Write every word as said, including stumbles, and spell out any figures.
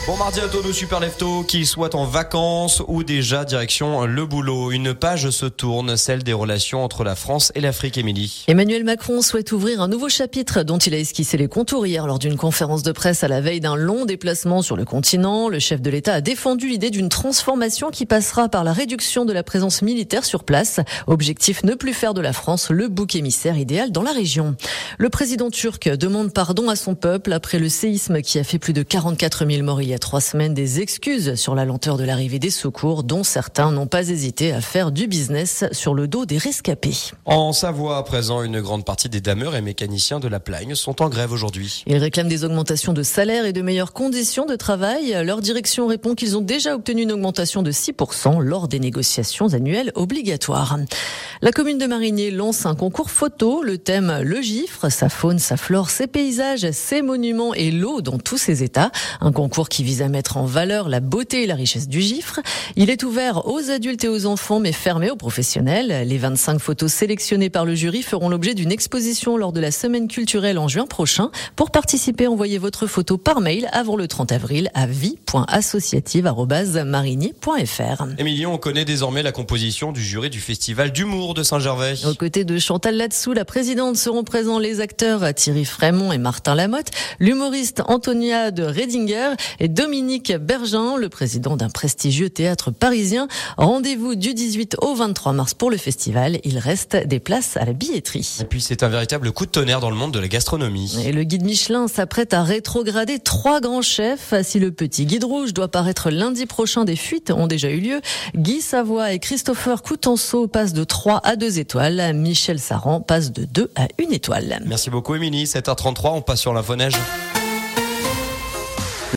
Bon mardi à tous nos super leftos, qu'ils soient en vacances ou déjà direction le boulot. Une page se tourne, celle des relations entre la France et l'Afrique, Émilie. Emmanuel Macron souhaite ouvrir un nouveau chapitre dont il a esquissé les contours hier lors d'une conférence de presse à la veille d'un long déplacement sur le continent. Le chef de l'État a défendu l'idée d'une transformation qui passera par la réduction de la présence militaire sur place. Objectif, ne plus faire de la France le bouc émissaire idéal dans la région. Le président turc demande pardon à son peuple après le séisme qui a fait plus de quarante-quatre mille morts il y a trois semaines, des excuses sur la lenteur de l'arrivée des secours, dont certains n'ont pas hésité à faire du business sur le dos des rescapés. En Savoie, à présent, une grande partie des dameurs et mécaniciens de la Plagne sont en grève aujourd'hui. Ils réclament des augmentations de salaire et de meilleures conditions de travail. Leur direction répond qu'ils ont déjà obtenu une augmentation de six pour cent lors des négociations annuelles obligatoires. La commune de Marigné lance un concours photo. Le thème, le Giffre, sa faune, sa flore, ses paysages, ses monuments et l'eau dans tous ses états. Un concours qui vise à mettre en valeur la beauté et la richesse du Giffre. Il est ouvert aux adultes et aux enfants, mais fermé aux professionnels. Les vingt-cinq photos sélectionnées par le jury feront l'objet d'une exposition lors de la semaine culturelle en juin prochain. Pour participer, envoyez votre photo par mail avant le trente avril à vie point associative arobase marigné point f r. Émilie, on connaît désormais la composition du jury du Festival d'humour de Saint-Gervais. Aux côtés de Chantal Latsou, la présidente, seront présents les acteurs Thierry Frémont et Martin Lamotte, l'humoriste Antonia de Redinger et Dominique Bergin, le président d'un prestigieux théâtre parisien. Rendez-vous du dix-huit au vingt-trois mars pour le festival. Il reste des places à la billetterie. Et puis c'est un véritable coup de tonnerre dans le monde de la gastronomie. Et le guide Michelin s'apprête à rétrograder trois grands chefs. Si le petit guide rouge doit paraître lundi prochain, des fuites ont déjà eu lieu. Guy Savoy et Christopher Coutenceau passent de trois à deux étoiles. Michel Saran passe de deux à une étoile. Merci beaucoup Émilie, sept heures trente-trois, on passe sur l'info neige.